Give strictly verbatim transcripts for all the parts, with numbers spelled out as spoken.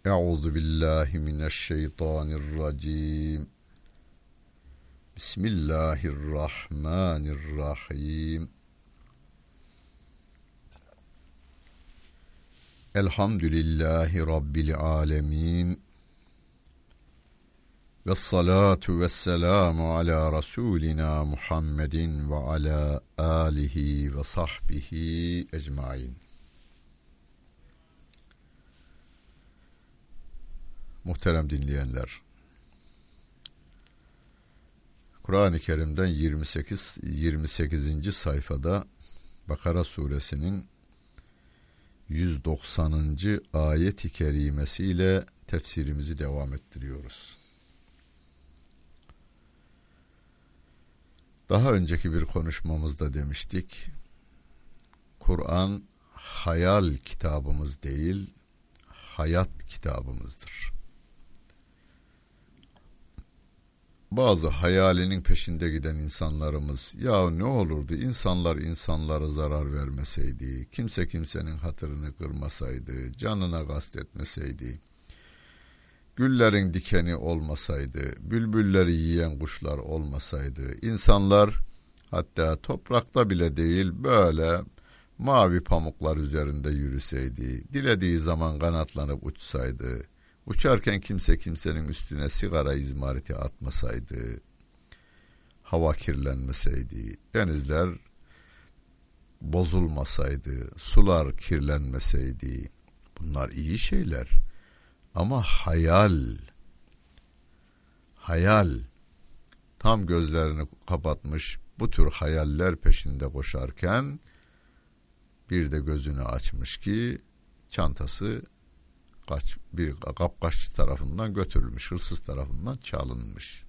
Euzu billahi mineşşeytanirracim. Bismillahirrahmanirrahim. Elhamdülillahi Rabbil alemin. Vessalatu vesselamu ala Resulina Muhammedin ve ala alihi ve sahbihi ecmain. Muhterem dinleyenler, Kur'an-ı Kerim'den yirmi sekiz yirmi sekizinci sayfada Bakara suresinin yüz doksanıncı ayet-i kerimesiyle tefsirimizi devam ettiriyoruz. Daha önceki bir konuşmamızda demiştik, Kur'an hayal kitabımız değil, hayat kitabımızdır. Bazı hayalinin peşinde giden insanlarımız, ya ne olurdu insanlar insanlara zarar vermeseydi, kimse kimsenin hatırını kırmasaydı, canına kastetmeseydi, güllerin dikeni olmasaydı, bülbülleri yiyen kuşlar olmasaydı, insanlar hatta toprakta bile değil böyle mavi pamuklar üzerinde yürüseydi, dilediği zaman kanatlanıp uçsaydı, uçarken kimse kimsenin üstüne sigara izmariti atmasaydı, hava kirlenmeseydi, denizler bozulmasaydı, sular kirlenmeseydi, bunlar iyi şeyler. Ama hayal, hayal, tam gözlerini kapatmış bu tür hayaller peşinde koşarken, bir de gözünü açmış ki çantası kaç, bir kapkaççı tarafından götürülmüş, hırsız tarafından çalınmış.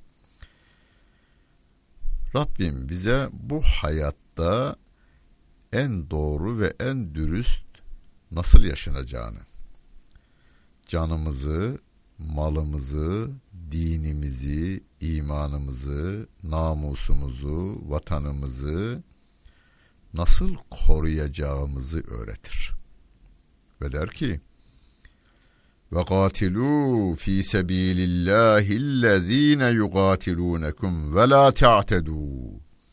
Rabbim bize bu hayatta en doğru ve en dürüst nasıl yaşanacağını, canımızı, malımızı, dinimizi, imanımızı, namusumuzu, vatanımızı nasıl koruyacağımızı öğretir. Ve der ki, وَقَاتِلُوا ف۪ي سَب۪يلِ اللّٰهِ الَّذ۪ينَ يُقَاتِلُونَكُمْ وَلَا تَعْتَدُوا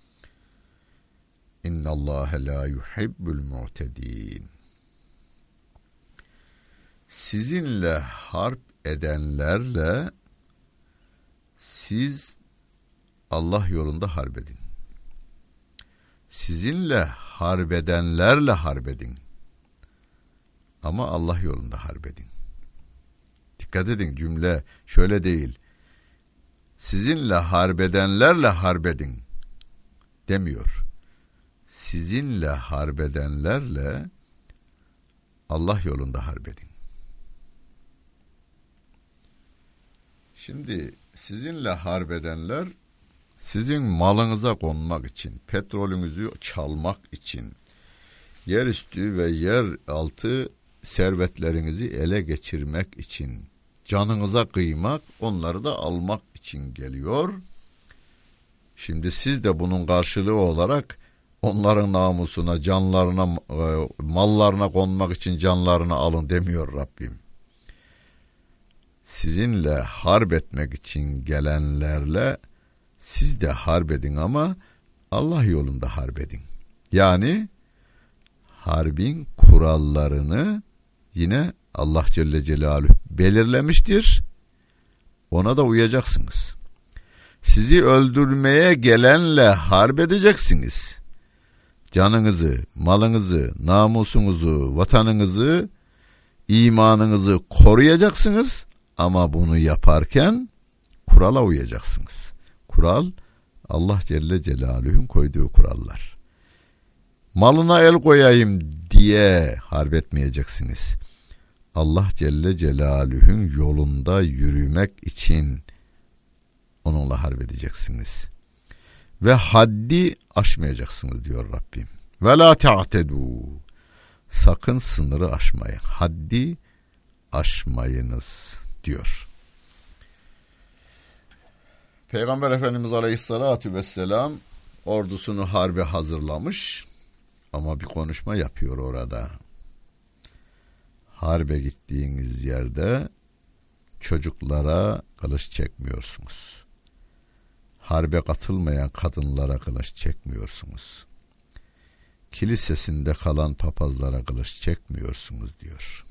اِنَّ اللّٰهَ لَا يُحِبُّ الْمُعْتَد۪ينَ. Sizinle harp edenlerle siz Allah yolunda harp edin. Sizinle harp edenlerle harp edin. Ama Allah yolunda harp edin. Dikkat edin, cümle şöyle değil. Sizinle harp edenlerle harp edin demiyor. Sizinle harp edenlerle Allah yolunda harp edin. Şimdi sizinle harp edenler sizin malınıza konmak için, petrolünüzü çalmak için, yerüstü ve yer altı servetlerinizi ele geçirmek için, canınıza kıymak, onları da almak için geliyor. Şimdi siz de bunun karşılığı olarak onların namusuna, canlarına, mallarına konmak için canlarını alın demiyor Rabbim. Sizinle harp etmek için gelenlerle siz de harp edin ama Allah yolunda harp edin. Yani harbin kurallarını yine Allah Celle Celaluhu belirlemiştir. Ona da uyacaksınız. Sizi öldürmeye gelenle harp edeceksiniz. Canınızı, malınızı, namusunuzu, vatanınızı, imanınızı koruyacaksınız. Ama bunu yaparken kurala uyacaksınız. Kural Allah Celle Celaluhu'nun koyduğu kurallar. Malına el koyayım diye harp etmeyeceksiniz. Allah Celle Celaluhu'nun yolunda yürümek için onunla harp edeceksiniz. Ve haddi aşmayacaksınız diyor Rabbim. Ve la ta'tedu. Sakın sınırı aşmayın. Haddi aşmayınız diyor. Peygamber Efendimiz Aleyhisselatü Vesselam ordusunu harbe hazırlamış ama bir konuşma yapıyor orada. Harbe gittiğiniz yerde çocuklara kılıç çekmiyorsunuz. Harbe katılmayan kadınlara kılıç çekmiyorsunuz. Kilisesinde kalan papazlara kılıç çekmiyorsunuz diyor.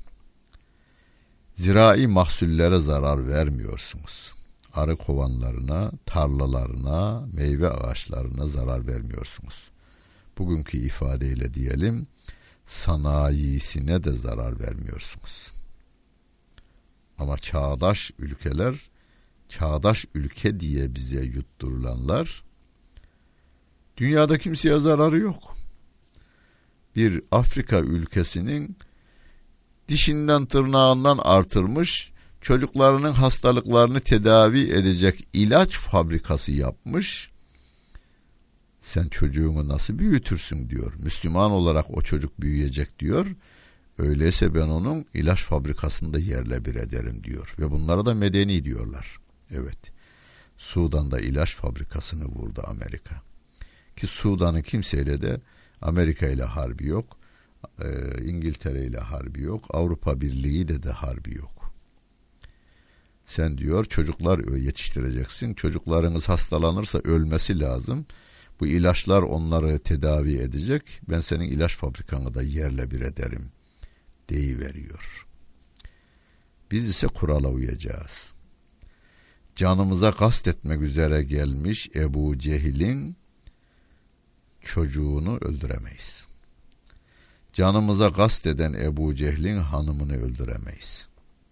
Zirai mahsullere zarar vermiyorsunuz. Arı kovanlarına, tarlalarına, meyve ağaçlarına zarar vermiyorsunuz. Bugünkü ifadeyle diyelim, sanayisine de zarar vermiyorsunuz. Ama çağdaş ülkeler, çağdaş ülke diye bize yutturulanlar, dünyada kimseye zararı yok. Bir Afrika ülkesinin dişinden tırnağından artırmış, çocuklarının hastalıklarını tedavi edecek ilaç fabrikası yapmış. Sen çocuğunu nasıl büyütürsün diyor. Müslüman olarak o çocuk büyüyecek diyor. Öyleyse ben onun ilaç fabrikasında yerle bir ederim diyor. Ve bunlara da medeni diyorlar. Evet. Sudan'da ilaç fabrikasını vurdu Amerika. Ki Sudan'ın kimseyle de Amerika ile harbi yok. E, İngiltere ile harbi yok. Avrupa Birliği de de harbi yok. Sen diyor çocuklar yetiştireceksin. Çocuklarınız hastalanırsa ölmesi lazım. Bu ilaçlar onları tedavi edecek. Ben senin ilaç fabrikanı da yerle bir ederim deyiveriyor. Biz ise kurala uyacağız. Canımıza kastetmek üzere gelmiş Ebu Cehil'in çocuğunu öldüremeyiz. Canımıza kasteden Ebu Cehil'in hanımını öldüremeyiz.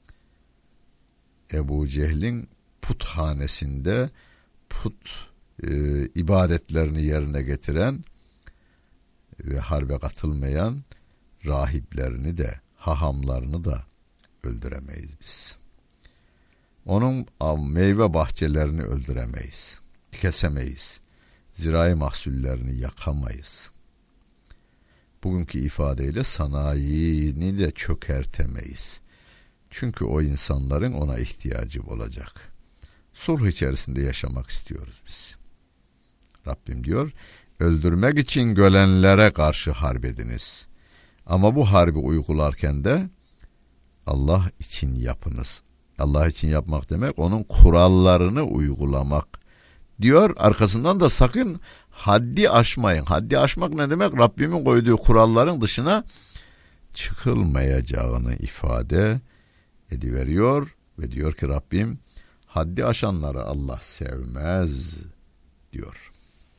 Ebu Cehil'in puthanesinde put e, ibadetlerini yerine getiren ve harbe katılmayan rahiplerini de, hahamlarını da öldüremeyiz biz. Onun meyve bahçelerini öldüremeyiz, kesemeyiz. Zirai mahsullerini yakamayız. Bugünkü ifadeyle sanayini de çökertemeyiz. Çünkü o insanların ona ihtiyacı olacak. Sulh içerisinde yaşamak istiyoruz biz. Rabbim diyor, öldürmek için gölenlere karşı harp ediniz. Ama bu harbi uygularken de Allah için yapınız. Allah için yapmak demek onun kurallarını uygulamak diyor. Arkasından da sakın haddi aşmayın. Haddi aşmak ne demek? Rabbimin koyduğu kuralların dışına çıkılmayacağını ifade ediveriyor ve diyor ki Rabbim haddi aşanları Allah sevmez diyor.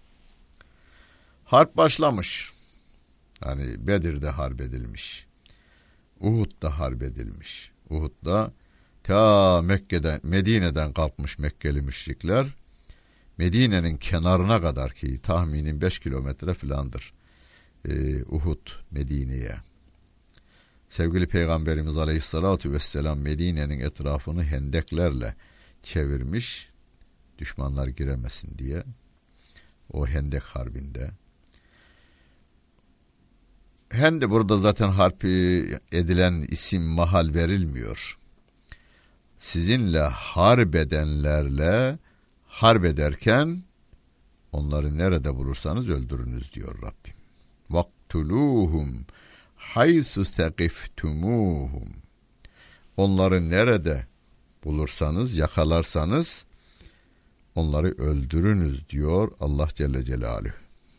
Harp başlamış. Hani Bedir'de harp edilmiş. Uhud'da harp edilmiş. Uhud'da ta Mekke'den, Medine'den kalkmış Mekkeli müşrikler Medine'nin kenarına kadar ki tahminin beş kilometre filandır ee, Uhud Medine'ye. Sevgili Peygamberimiz Aleyhisselatü Vesselam Medine'nin etrafını hendeklerle çevirmiş, düşmanlar giremesin diye. O hendek harbinde. Hem de burada zaten harp edilen isim, mahal verilmiyor. Sizinle harp edenlerle harp ederken onları nerede bulursanız öldürünüz diyor Rabbim. Vaktuluhum haysu seqiftumuhum. Onları nerede bulursanız, yakalarsanız onları öldürünüz diyor Allah Celle Celaluhu.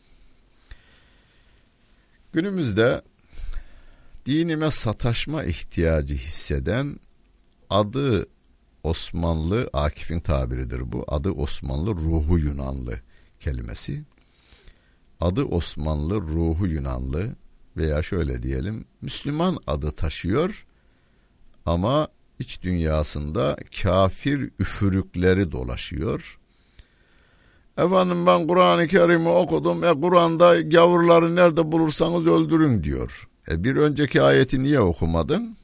Günümüzde dinime sataşma ihtiyacı hisseden adı Osmanlı, Akif'in tabiridir bu. Adı Osmanlı, ruhu Yunanlı kelimesi. Adı Osmanlı, ruhu Yunanlı veya şöyle diyelim, Müslüman adı taşıyor ama iç dünyasında kafir üfürükleri dolaşıyor. Efendim ben Kur'an-ı Kerim'i okudum. E Kur'an'da gavurları nerede bulursanız öldürün diyor. E bir önceki ayeti niye okumadın?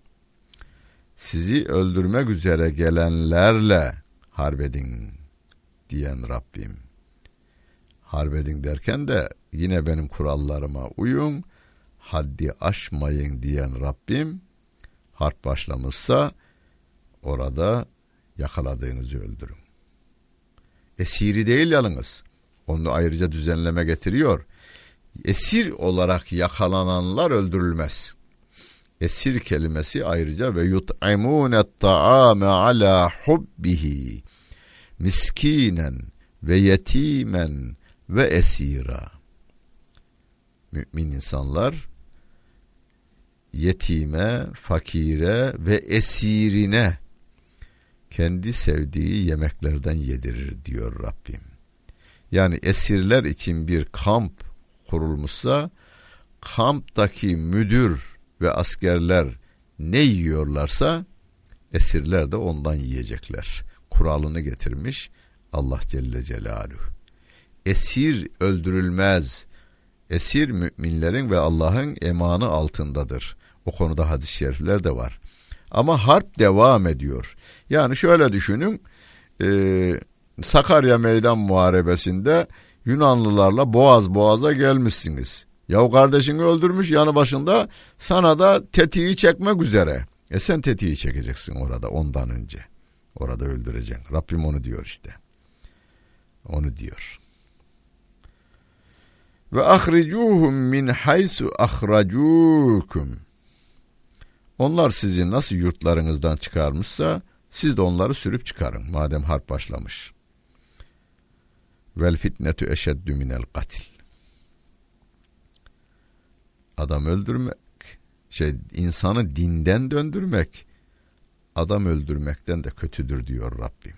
Sizi öldürmek üzere gelenlerle harbedin diyen Rabbim. Harbedin derken de yine benim kurallarıma uyun, haddi aşmayın diyen Rabbim, harp başlamışsa orada yakaladığınızı öldürün. Esiri değil yalnız. Onu ayrıca düzenleme getiriyor. Esir olarak yakalananlar öldürülmez. Esir kelimesi ayrıca ve yut'imûnet ta'ame ala hubbihi miskinen ve yetimen ve esira. Mümin insanlar yetime, fakire ve esirine kendi sevdiği yemeklerden yedirir diyor Rabbim. Yani esirler için bir kamp kurulmuşsa kamptaki müdür ve askerler ne yiyorlarsa esirler de ondan yiyecekler. Kuralını getirmiş Allah Celle Celaluhu. Esir öldürülmez. Esir müminlerin ve Allah'ın emanı altındadır. O konuda hadis-i şerifler de var. Ama harp devam ediyor. Yani şöyle düşünün, e, Sakarya Meydan Muharebesi'nde Yunanlılarla boğaz boğaza gelmişsiniz. Yahu kardeşini öldürmüş yanı başında, sana da tetiği çekmek üzere. E sen tetiği çekeceksin orada ondan önce. Orada öldüreceksin. Rabbim onu diyor işte. Onu diyor. Ve ahricuhum min haysu ahracukum. Onlar sizi nasıl yurtlarınızdan çıkarmışsa siz de onları sürüp çıkarın madem harp başlamış. Vel fitnetu eşeddü minel katil. Adam öldürmek, şey insanı dinden döndürmek, adam öldürmekten de kötüdür diyor Rabbim.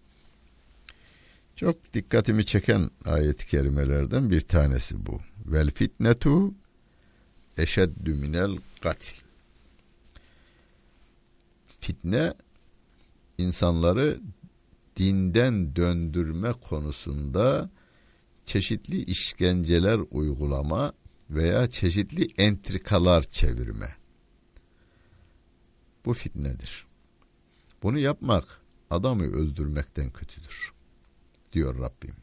Çok dikkatimi çeken ayet-i kerimelerden bir tanesi bu. Vel fitnetu eşeddü minel katil. Fitne, insanları dinden döndürme konusunda çeşitli işkenceler uygulama veya çeşitli entrikalar çevirme. Bu fitnedir. Bunu yapmak adamı öldürmekten kötüdür diyor Rabbim.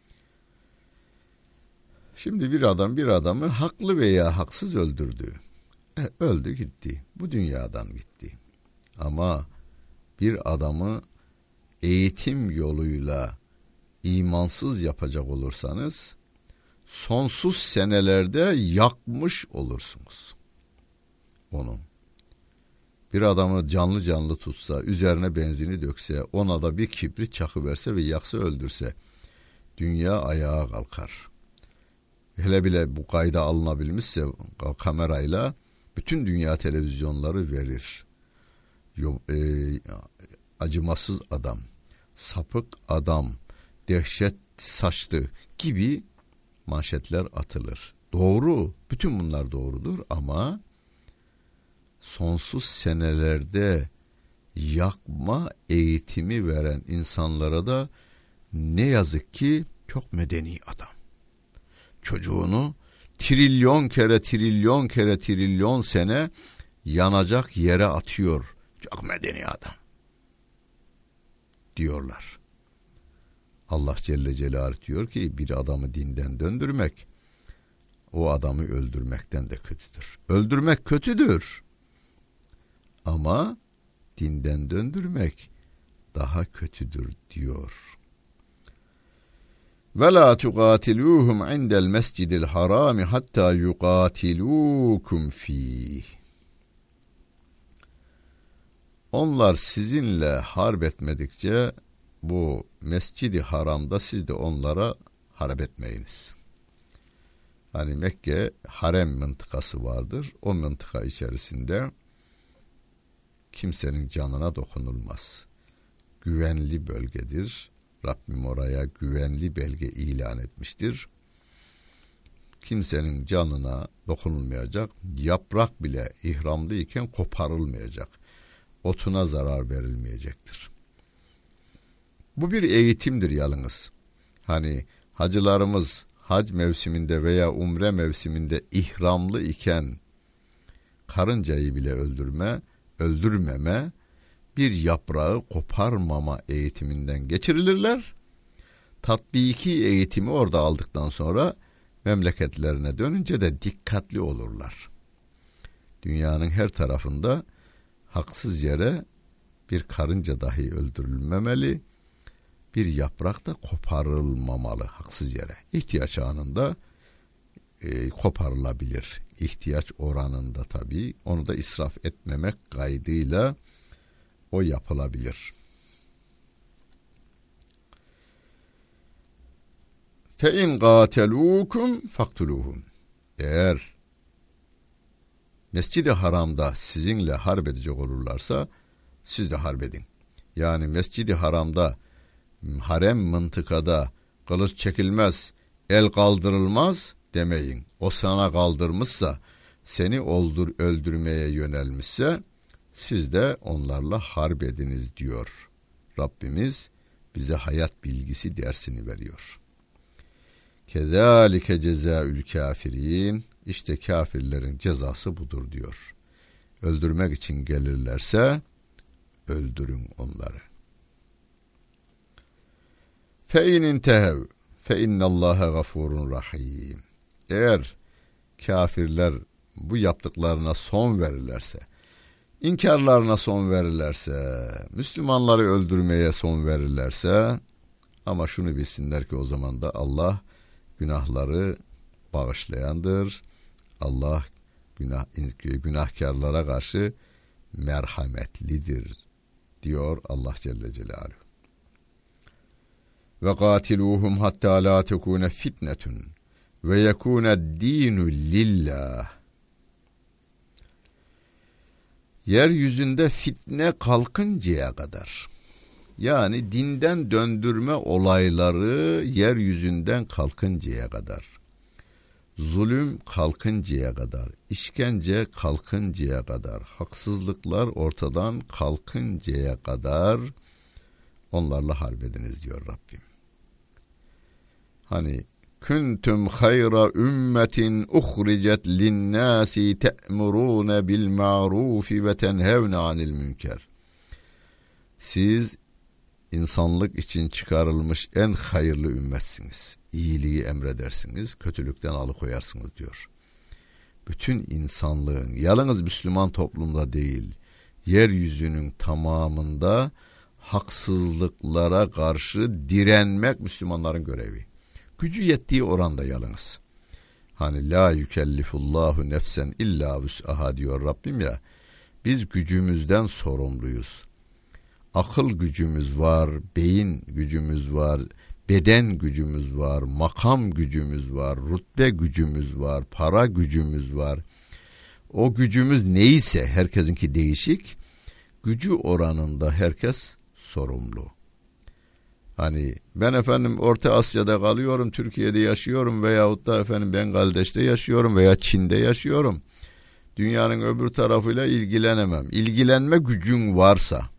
Şimdi bir adam bir adamı haklı veya haksız öldürdü. E, öldü gitti. Bu dünyadan gitti. Ama bir adamı eğitim yoluyla imansız yapacak olursanız sonsuz senelerde yakmış olursunuz onu. Bir adamı canlı canlı tutsa, üzerine benzini dökse, ona da bir kibrit çakıverse ve yaksa öldürse, dünya ayağa kalkar. Hele bile bu kayda alınabilmişse kamerayla bütün dünya televizyonları verir. Yo, e, acımasız adam, sapık adam, dehşet saçlı gibi manşetler atılır. Doğru, bütün bunlar doğrudur ama sonsuz senelerde yakma eğitimi veren insanlara da ne yazık ki çok medeni adam. Çocuğunu trilyon kere trilyon kere trilyon sene yanacak yere atıyor. Çok medeni adam diyorlar. Allah Celle Celaluhu diyor ki bir adamı dinden döndürmek o adamı öldürmekten de kötüdür. Öldürmek kötüdür. Ama dinden döndürmek daha kötüdür diyor. Ve la tuqatiluhum indel mescidil harami hatta yuqatilukum fih. Onlar sizinle harp etmedikçe bu mescidi haramda siz de onlara harp etmeyiniz. Hani Mekke harem mıntıkası vardır. O mıntıka içerisinde kimsenin canına dokunulmaz. Güvenli bölgedir. Rabbim oraya güvenli bölge ilan etmiştir. Kimsenin canına dokunulmayacak. Yaprak bile ihramlıyken koparılmayacak. Otuna zarar verilmeyecektir. Bu bir eğitimdir yalnız. Hani hacılarımız hac mevsiminde veya umre mevsiminde ihramlı iken karıncayı bile öldürme, öldürmeme, bir yaprağı koparmama eğitiminden geçirilirler. Tatbiki eğitimi orada aldıktan sonra memleketlerine dönünce de dikkatli olurlar. Dünyanın her tarafında haksız yere bir karınca dahi öldürülmemeli, bir yaprak da koparılmamalı haksız yere. İhtiyaç anında e, koparılabilir. İhtiyaç oranında tabii. Onu da israf etmemek kaydıyla o yapılabilir. Fe in qatelukum faktuluhum. Eğer Mescid-i Haram'da sizinle harp edecek olurlarsa siz de harp edin. Yani Mescid-i Haram'da, harem mıntıkada kılıç çekilmez, el kaldırılmaz demeyin. O sana kaldırmışsa, seni oldur öldürmeye yönelmişse siz de onlarla harp ediniz diyor. Rabbimiz bize hayat bilgisi dersini veriyor. Kezalike cezaül kafirin. İşte kafirlerin cezası budur diyor. Öldürmek için gelirlerse öldürün onları. Fe in intehev fe innallâhe gafurun rahim. Eğer kafirler bu yaptıklarına son verirlerse, inkarlarına son verirlerse, Müslümanları öldürmeye son verirlerse, ama şunu bilsinler ki o zaman da Allah günahları bağışlayandır. Allah günah, günahkarlara karşı merhametlidir diyor Allah Celle Celaluhu. Ve katiluhum hatta la tekune fitnetun ve yekune dinu lillah. Yeryüzünde fitne kalkıncaya kadar, yani dinden döndürme olayları yeryüzünden kalkıncaya kadar, zulüm kalkıncaya kadar, işkence kalkıncaya kadar, haksızlıklar ortadan kalkıncaya kadar onlarla harp ediniz diyor Rabbim. Hani kuntum hayra ümmetin uhricet linnâsi te'murûne bil ma'rufi ve tenhevne anil münker. Siz insanlık için çıkarılmış en hayırlı ümmetsiniz. İyiliği emredersiniz, kötülükten alıkoyarsınız diyor. Bütün insanlığın, yalnız Müslüman toplumda değil, yeryüzünün tamamında haksızlıklara karşı direnmek Müslümanların görevi. Gücü yettiği oranda yalnız. Hani la yükellifullahu nefsen illa vüs'aha diyor Rabbim ya. Biz gücümüzden sorumluyuz. Akıl gücümüz var, beyin gücümüz var, beden gücümüz var, makam gücümüz var, rütbe gücümüz var, para gücümüz var. O gücümüz neyse, herkesinki değişik, gücü oranında herkes sorumlu. Hani ben efendim Orta Asya'da kalıyorum, Türkiye'de yaşıyorum veyahut da efendim Bangladeş'te yaşıyorum veya Çin'de yaşıyorum. Dünyanın öbür tarafıyla ilgilenemem. İlgilenme gücün varsa,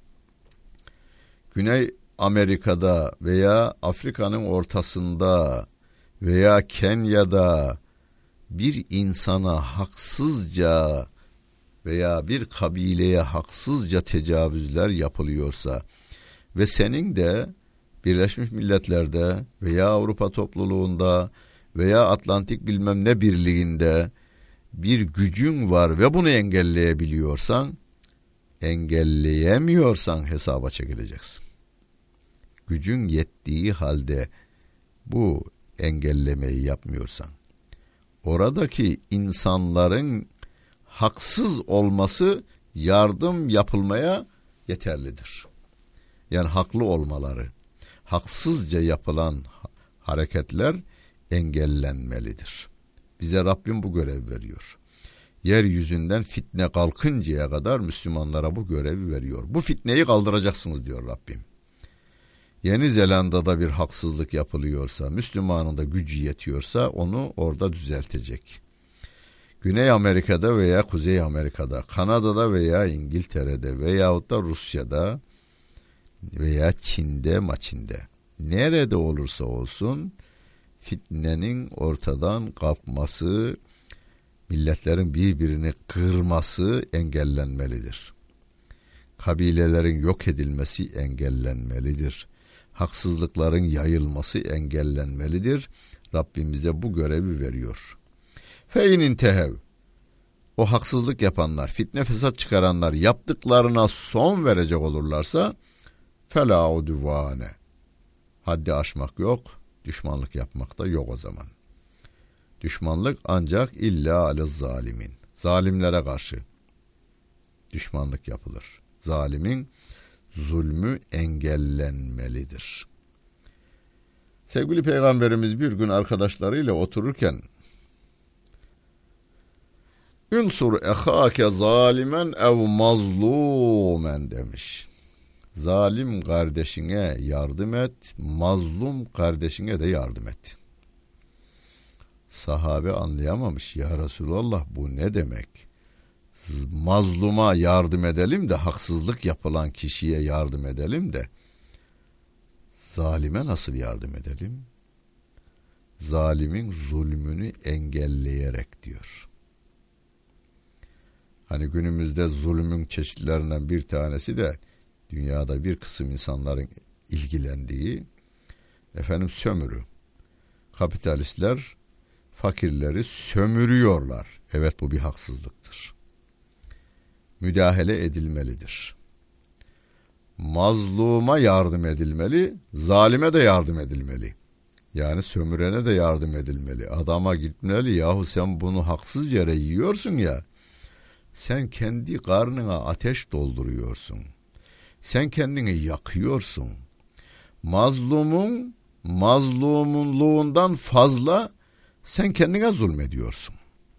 Güney Amerika'da veya Afrika'nın ortasında veya Kenya'da bir insana haksızca veya bir kabileye haksızca tecavüzler yapılıyorsa ve senin de Birleşmiş Milletler'de veya Avrupa topluluğunda veya Atlantik bilmem ne birliğinde bir gücün var ve bunu engelleyebiliyorsan, engelleyemiyorsan hesaba çekileceksin. Gücün yettiği halde bu engellemeyi yapmıyorsan, oradaki insanların haksız olması yardım yapılmaya yeterlidir. Yani haklı olmaları, haksızca yapılan hareketler engellenmelidir. Bize Rabbim bu görev veriyor. Yeryüzünden fitne kalkıncaya kadar Müslümanlara bu görevi veriyor. Bu fitneyi kaldıracaksınız diyor Rabbim. Yeni Zelanda'da bir haksızlık yapılıyorsa, Müslümanın da gücü yetiyorsa onu orada düzeltecek. Güney Amerika'da veya Kuzey Amerika'da, Kanada'da veya İngiltere'de veyahut da Rusya'da veya Çin'de, maçinde, nerede olursa olsun fitnenin ortadan kalkması, milletlerin birbirini kırması engellenmelidir. Kabilelerin yok edilmesi engellenmelidir. Haksızlıkların yayılması engellenmelidir. Rabbim bize bu görevi veriyor. Fe in intehev. O haksızlık yapanlar, fitne fesat çıkaranlar yaptıklarına son verecek olurlarsa fela udvane. Haddi aşmak yok, düşmanlık yapmak da yok o zaman. Düşmanlık ancak illa alez zalimin. Zalimlere karşı düşmanlık yapılır. Zalimin zulmü engellenmelidir. Sevgili Peygamberimiz bir gün arkadaşlarıyla otururken "Ünsur ehâke zalimen ev mazlûmen" demiş. Zalim kardeşine yardım et, mazlum kardeşine de yardım et. Sahabe anlayamamış. Ya Resulallah, bu ne demek? Mazluma yardım edelim de, haksızlık yapılan kişiye yardım edelim de zalime nasıl yardım edelim? Zalimin zulmünü engelleyerek diyor. Hani günümüzde zulmün çeşitlerinden bir tanesi de dünyada bir kısım insanların ilgilendiği efendim sömürü. Kapitalistler fakirleri sömürüyorlar. Evet, bu bir haksızlıktır. Müdahale edilmelidir. Mazluma yardım edilmeli, zalime de yardım edilmeli. Yani sömürene de yardım edilmeli. Adama gitmeli, yahu sen bunu haksız yere yiyorsun ya, sen kendi karnına ateş dolduruyorsun. Sen kendini yakıyorsun. Mazlumun, mazlumunluğundan fazla sen kendine zulmediyorsun.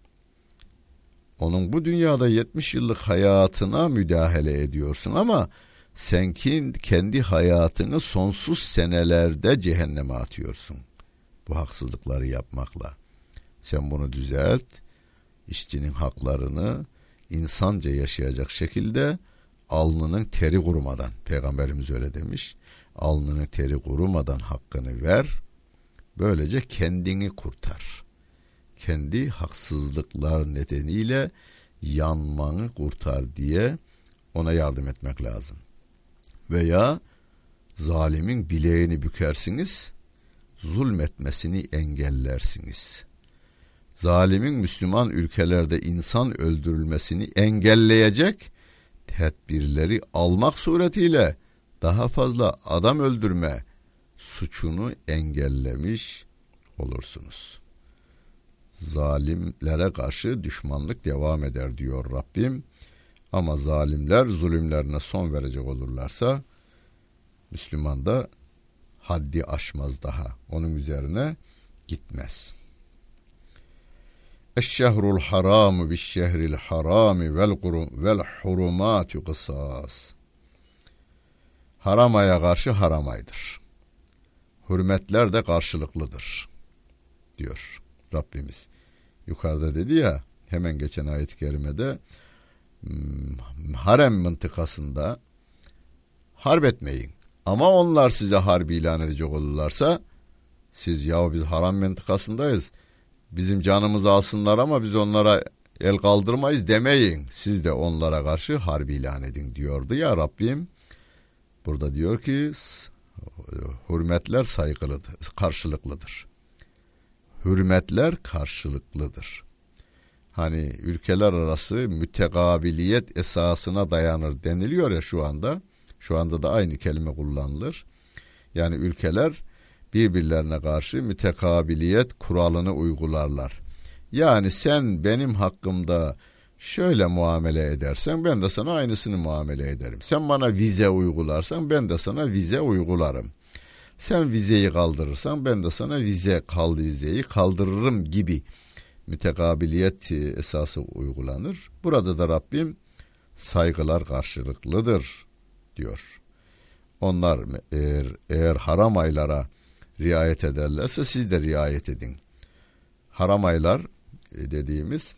Onun bu dünyada yetmiş yıllık hayatına müdahale ediyorsun ama sen kendi hayatını sonsuz senelerde cehenneme atıyorsun. Bu haksızlıkları yapmakla. Sen bunu düzelt, işçinin haklarını insanca yaşayacak şekilde alnının teri kurumadan, Peygamberimiz öyle demiş, alnının teri kurumadan hakkını ver, böylece kendini kurtar. Kendi haksızlıklar nedeniyle yanmanı kurtar diye ona yardım etmek lazım. Veya zalimin bileğini bükersiniz, zulmetmesini engellersiniz. Zalimin Müslüman ülkelerde insan öldürülmesini engelleyecek tedbirleri almak suretiyle daha fazla adam öldürme suçunu engellemiş olursunuz. Zalimlere karşı düşmanlık devam eder diyor Rabbim. Ama zalimler zulümlerine son verecek olurlarsa Müslüman da haddi aşmaz daha. Onun üzerine gitmez. Eşşehrul haramu bişşehril harami vel kurum vel hurumatu kısas. Haram aya karşı haram aydır. Hürmetler de karşılıklıdır diyor Rabbimiz. Yukarıda dedi ya, hemen geçen ayet-i kerimede, harem mıntıkasında harp etmeyin. Ama onlar size harp ilan edecek olurlarsa, siz ya biz haram mıntıkasındayız, bizim canımızı alsınlar ama biz onlara el kaldırmayız demeyin. Siz de onlara karşı harp ilan edin diyordu ya Rabbim. Burada diyor ki hürmetler saygılıdır, karşılıklıdır. Hürmetler karşılıklıdır. Hani ülkeler arası mütekabiliyet esasına dayanır deniliyor ya şu anda. Şu anda da aynı kelime kullanılır. Yani ülkeler birbirlerine karşı mütekabiliyet kuralını uygularlar. Yani sen benim hakkımda şöyle muamele edersen ben de sana aynısını muamele ederim. Sen bana vize uygularsan ben de sana vize uygularım. Sen vizeyi kaldırırsan ben de sana vize kaldı vizeyi kaldırırım gibi mütekabiliyet esası uygulanır. Burada da Rabbim saygılar karşılıklıdır diyor. Onlar eğer, eğer haram aylara riayet ederlerse siz de riayet edin. Haram aylar dediğimiz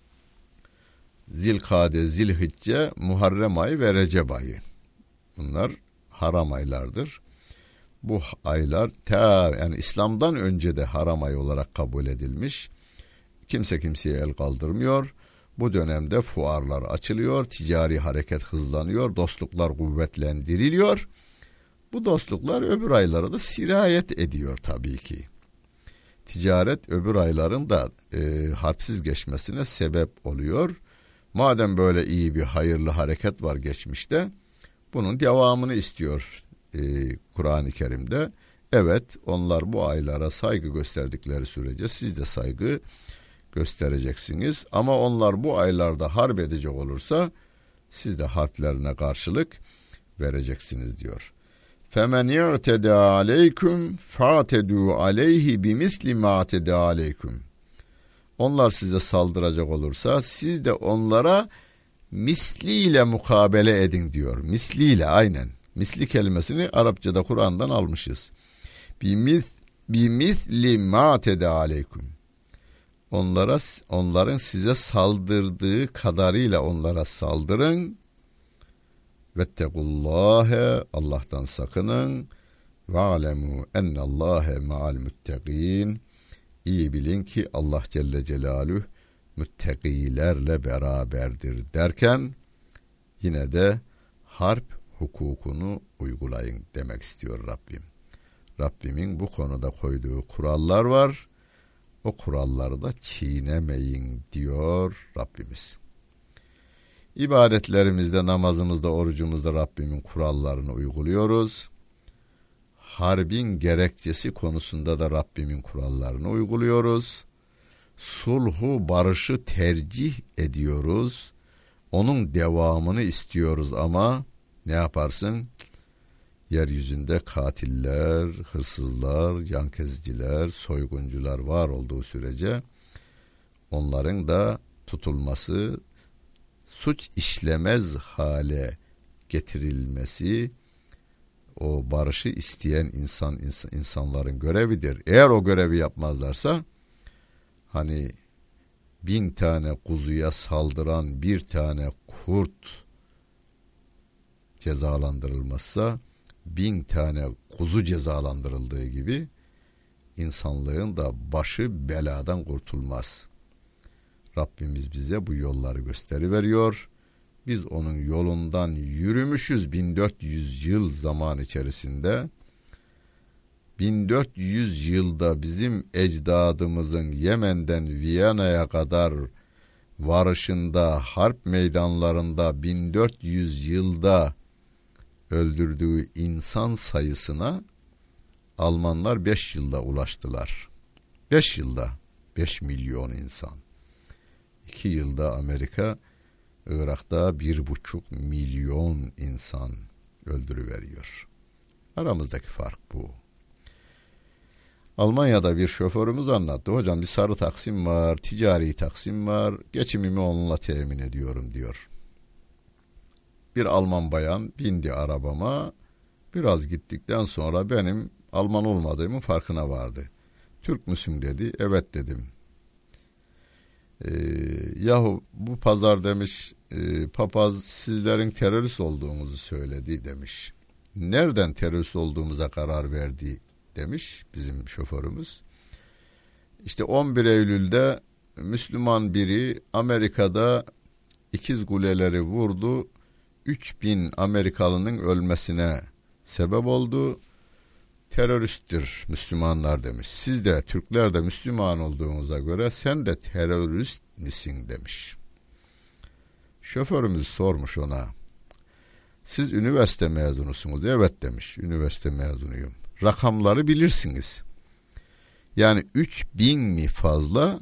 Zilkade, Zilhicce, Muharrem ayı ve Recep ayı. Bunlar haram aylardır. Bu aylar ta yani İslam'dan önce de haram ay olarak kabul edilmiş. Kimse kimseye el kaldırmıyor. Bu dönemde fuarlar açılıyor, ticari hareket hızlanıyor, dostluklar kuvvetlendiriliyor. Bu dostluklar öbür aylara da sirayet ediyor tabii ki. Ticaret öbür ayların da e, harpsiz geçmesine sebep oluyor. Madem böyle iyi bir hayırlı hareket var geçmişte, bunun devamını istiyor e, Kur'an-ı Kerim'de. Evet, onlar bu aylara saygı gösterdikleri sürece siz de saygı göstereceksiniz. Ama onlar bu aylarda harp edecek olursa siz de harplerine karşılık vereceksiniz diyor. فَمَنْ يَعْتَدَى عَلَيْكُمْ فَاعْتَدُوا عَلَيْهِ بِمِثْلِ مَا اَعْتَدَى عَلَيْكُمْ. Onlar size saldıracak olursa siz de onlara misliyle mukabele edin diyor. Misliyle, aynen. Misli kelimesini Arapçada Kur'an'dan almışız. Bimithli ma tede aleykum. Onlara, onların size saldırdığı kadarıyla onlara saldırın. Vettekullâhe, Allah'tan sakının. Ve alemu ennallâhe ma'al müttegîn. İyi bilin ki Allah Celle Celaluhu müttekilerle beraberdir derken yine de harp hukukunu uygulayın demek istiyor Rabbim. Rabbimin bu konuda koyduğu kurallar var. O kuralları da çiğnemeyin diyor Rabbimiz. İbadetlerimizde, namazımızda, orucumuzda Rabbimin kurallarını uyguluyoruz. Harbin gerekçesi konusunda da Rabbimin kurallarını uyguluyoruz. Sulhu, barışı tercih ediyoruz. Onun devamını istiyoruz ama ne yaparsın? Yeryüzünde katiller, hırsızlar, yankeziciler, soyguncular var olduğu sürece onların da tutulması, suç işlemez hale getirilmesi o barışı isteyen insan insanların görevidir. Eğer o görevi yapmazlarsa, hani bin tane kuzuya saldıran bir tane kurt cezalandırılmazsa bin tane kuzu cezalandırıldığı gibi insanlığın da başı beladan kurtulmaz. Rabbimiz bize bu yolları gösteriveriyor. Biz onun yolundan yürümüşüz bin dört yüz yıl zaman içerisinde. bin dört yüz yılda bizim ecdadımızın Yemen'den Viyana'ya kadar varışında, harp meydanlarında bin dört yüz yılda öldürdüğü insan sayısına Almanlar beş yılda ulaştılar. beş yılda beş milyon insan. iki yılda Amerika Irak'ta bir buçuk milyon insan öldürüveriyor. Aramızdaki fark bu. Almanya'da bir şoförümüz anlattı. Hocam bir sarı taksim var, ticari taksim var. Geçimimi onunla temin ediyorum diyor. Bir Alman bayan bindi arabama. Biraz gittikten sonra benim Alman olmadığımın farkına vardı. Türk müsün dedi. Evet dedim. Ee, yahu bu pazar demiş e, papaz sizlerin terörist olduğunuzu söyledi demiş. Nereden terörist olduğumuza karar verdi demiş bizim şoförümüz. İşte on bir Eylül'de Müslüman biri Amerika'da ikiz kuleleri vurdu. üç bin Amerikalının ölmesine sebep oldu. Teröristtir Müslümanlar demiş. Siz de Türkler de Müslüman olduğunuza göre sen de terörist misin demiş. Şoförümüz sormuş ona. Siz üniversite mezunusunuz. Evet demiş. Üniversite mezunuyum. Rakamları bilirsiniz. Yani üç bin mi fazla,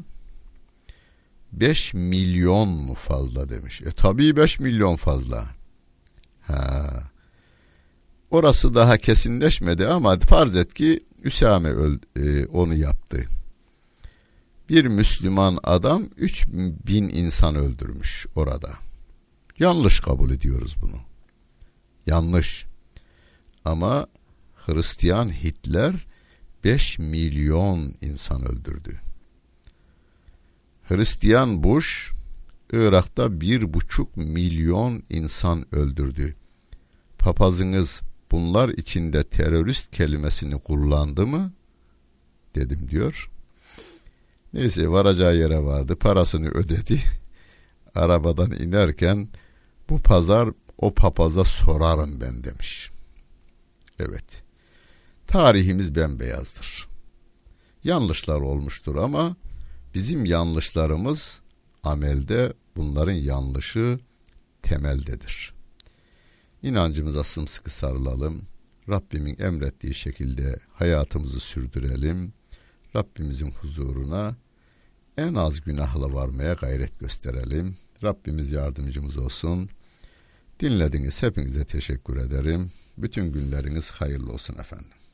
beş milyon mu fazla demiş. E tabii beş milyon fazla. Ha. Orası daha kesinleşmedi ama farz et ki Üsame öl, e, onu yaptı. Bir Müslüman adam üç bin insan öldürmüş orada. Yanlış kabul ediyoruz bunu. Yanlış. Ama Hristiyan Hitler beş milyon insan öldürdü. Hristiyan Bush Irak'ta bir buçuk milyon insan öldürdü. Papazınız bunlar içinde terörist kelimesini kullandı mı? Dedim diyor. Neyse varacağı yere vardı. Parasını ödedi. Arabadan inerken bu pazar o papaza sorarım ben demiş. Evet. Tarihimiz bembeyazdır. Yanlışlar olmuştur ama bizim yanlışlarımız amelde, bunların yanlışı temeldedir. İnancımıza sımsıkı sarılalım. Rabbimin emrettiği şekilde hayatımızı sürdürelim. Rabbimizin huzuruna en az günahla varmaya gayret gösterelim. Rabbimiz yardımcımız olsun. Dinlediğiniz hepinize teşekkür ederim. Bütün günleriniz hayırlı olsun efendim.